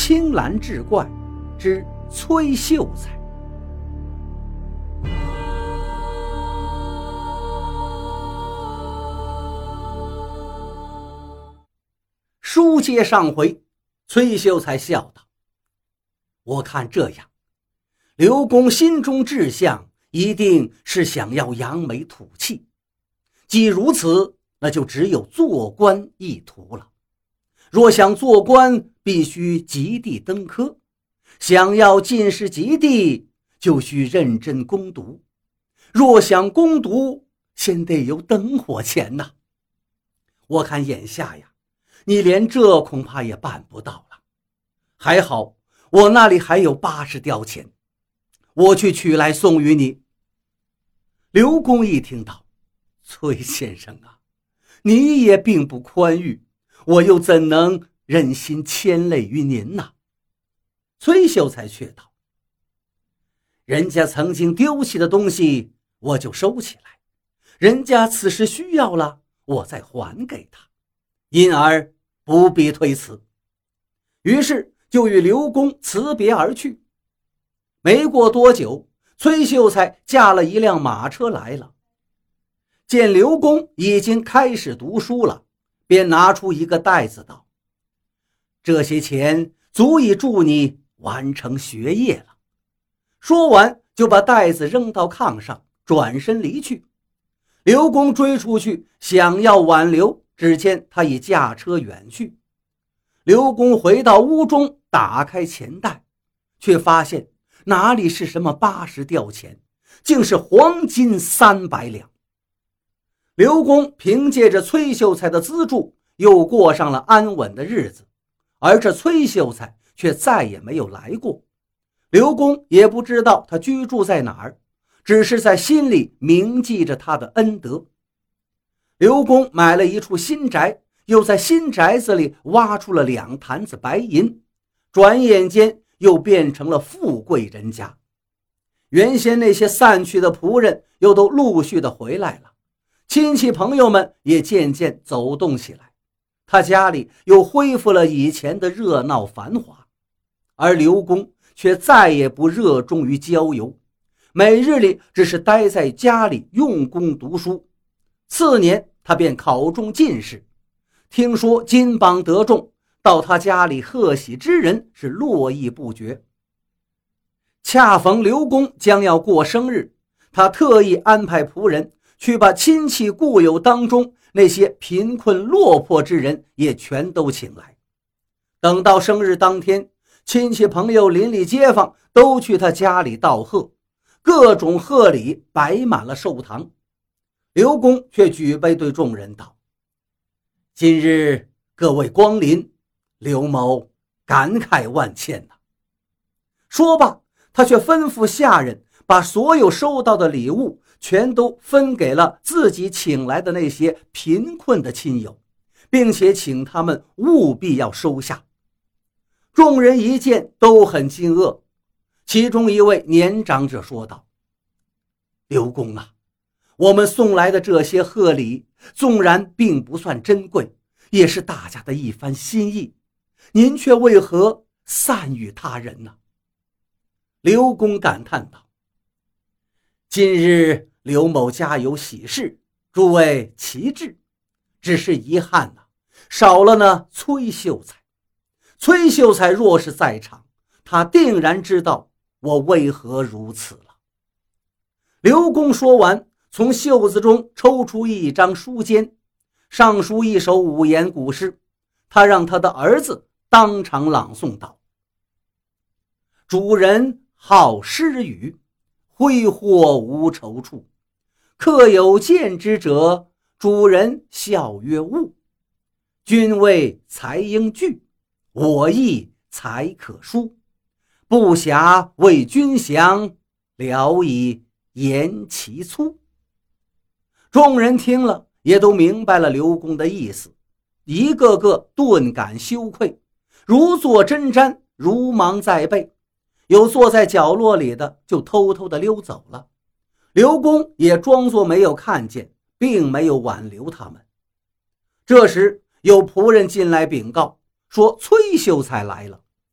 青蓝志怪之崔秀才。书接上回，崔秀才笑道：我看这样，刘公心中志向一定是想要扬眉吐气，既如此，那就只有做官一途了。若想做官，必须及第登科，想要进士及第，就需认真攻读。若想攻读，先得有灯火钱呐。我看眼下呀，你连这恐怕也办不到了。还好我那里还有80吊钱，我去取来送与你。刘公一听到，崔先生啊，你也并不宽裕，我又怎能忍心牵累于您呢？崔秀才却道：人家曾经丢弃的东西，我就收起来，人家此时需要了，我再还给他，因而不必推辞。于是就与刘公辞别而去。没过多久，崔秀才驾了一辆马车来了，见刘公已经开始读书了，便拿出一个袋子道：这些钱足以助你完成学业了。说完就把袋子扔到炕上，转身离去。刘公追出去想要挽留，只见他已驾车远去。刘公回到屋中，打开钱袋，却发现哪里是什么80吊钱，竟是黄金300两。刘公凭借着崔秀才的资助，又过上了安稳的日子，而这崔秀才却再也没有来过。刘公也不知道他居住在哪儿，只是在心里铭记着他的恩德。刘公买了一处新宅，又在新宅子里挖出了2坛子白银，转眼间又变成了富贵人家。原先那些散去的仆人又都陆续的回来了，亲戚朋友们也渐渐走动起来，他家里又恢复了以前的热闹繁华。而刘公却再也不热衷于郊游，每日里只是待在家里用功读书。次年他便考中进士，听说金榜得中，到他家里贺喜之人是络绎不绝。恰逢刘公将要过生日，他特意安排仆人去把亲戚故友当中那些贫困落魄之人也全都请来。等到生日当天，亲戚朋友邻里街坊都去他家里道贺，各种贺礼摆满了寿堂。刘公却举杯对众人道：今日各位光临，刘某感慨万千呐。说罢，他却吩咐下人把所有收到的礼物全都分给了自己请来的那些贫困的亲友，并且请他们务必要收下。众人一见都很惊愕，其中一位年长者说道：刘公啊，我们送来的这些贺礼纵然并不算珍贵，也是大家的一番心意，您却为何散与他人呢？刘公感叹道：今日刘某家有喜事，诸位齐至，只是遗憾呐，少了那崔秀才。崔秀才若是在场，他定然知道我为何如此了。刘公说完，从袖子中抽出一张书笺，上书一首五言古诗，他让他的儿子当场朗诵道：主人好诗语，挥霍无愁处，客有见之者，主人笑曰恶。君谓才应具，我亦才可书，不暇为君详，聊以言其粗。众人听了也都明白了刘公的意思，一个个顿感羞愧，如坐针毡，如芒在背。有坐在角落里的就偷偷地溜走了，刘公也装作没有看见，并没有挽留他们。这时有仆人进来禀告说崔秀才来了。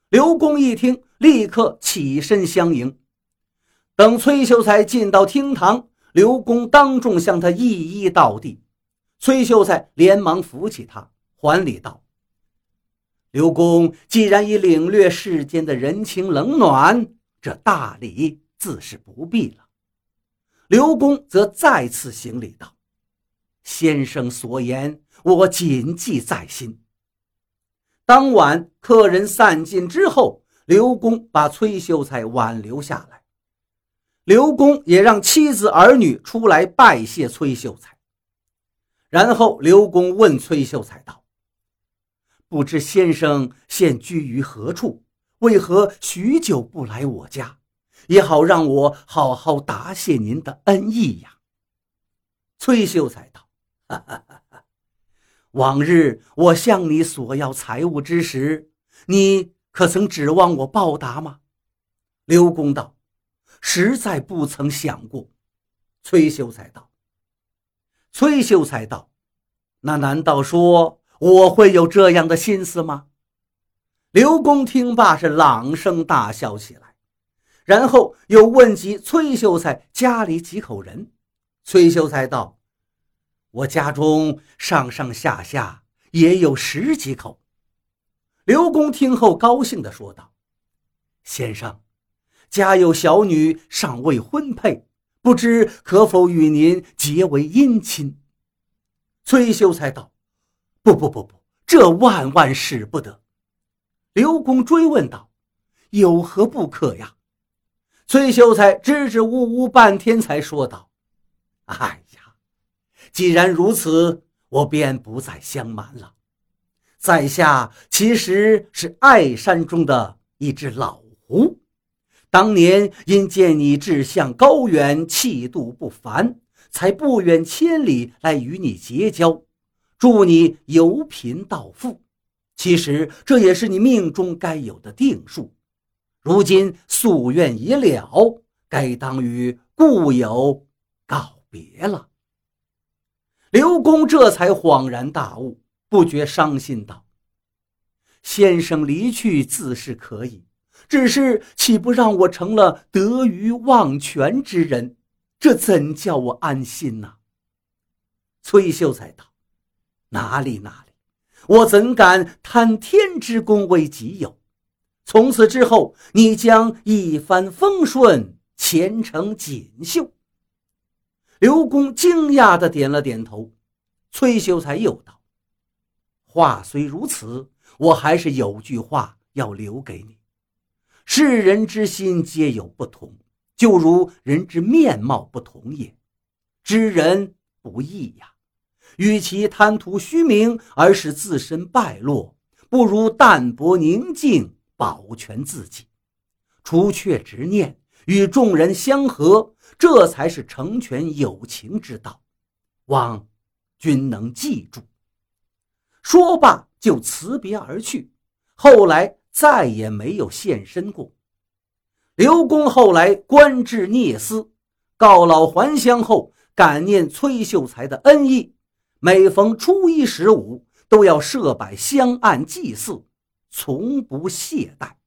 刘公一听，立刻起身相迎。等崔秀才进到厅堂，刘公当众向他一一道地。崔秀才连忙扶起他，还礼道：刘公既然已领略世间的人情冷暖，这大礼自是不必了。刘公则再次行礼道：先生所言，我谨记在心。当晚客人散尽之后，刘公把崔秀才挽留下来。刘公也让妻子儿女出来拜谢崔秀才。然后刘公问崔秀才道：不知先生现居于何处，为何许久不来我家，也好让我好好答谢您的恩义呀。崔秀才道：哈哈哈哈，往日我向你索要财物之时，你可曾指望我报答吗？刘公道：实在不曾想过。崔秀才道：那难道说我会有这样的心思吗？刘公听罢是朗声大笑起来，然后又问及崔秀才家里几口人。崔秀才道：我家中上上下下也有10几口。刘公听后高兴地说道：先生，家有小女尚未婚配，不知可否与您结为姻亲？崔秀才道：不，这万万使不得。刘公追问道：有何不可呀？崔秀才支支吾吾半天才说道：哎呀，既然如此，我便不再相瞒了。在下其实是爱山中的一只老狐，当年因见你志向高远，气度不凡，才不远千里来与你结交，祝你由贫到富。其实这也是你命中该有的定数。如今夙愿已了，该当与故友告别了。刘公这才恍然大悟，不觉伤心道：先生离去自是可以，只是岂不让我成了得鱼忘全之人，这怎叫我安心呢？崔秀才道：哪里，我怎敢贪天之功为己有？从此之后，你将一帆风顺，前程锦绣。刘公惊讶地点了点头。崔秀才又道：话虽如此，我还是有句话要留给你。世人之心皆有不同，就如人之面貌不同也。知人不易呀，与其贪图虚名而使自身败落，不如淡泊宁静，保全自己，除却执念，与众人相和，这才是成全友情之道，望君能记住。说罢就辞别而去，后来再也没有现身过。刘公后来官至聂司，告老还乡后，感念崔秀才的恩义，每逢初一15都要设摆香案祭祀，从不懈怠。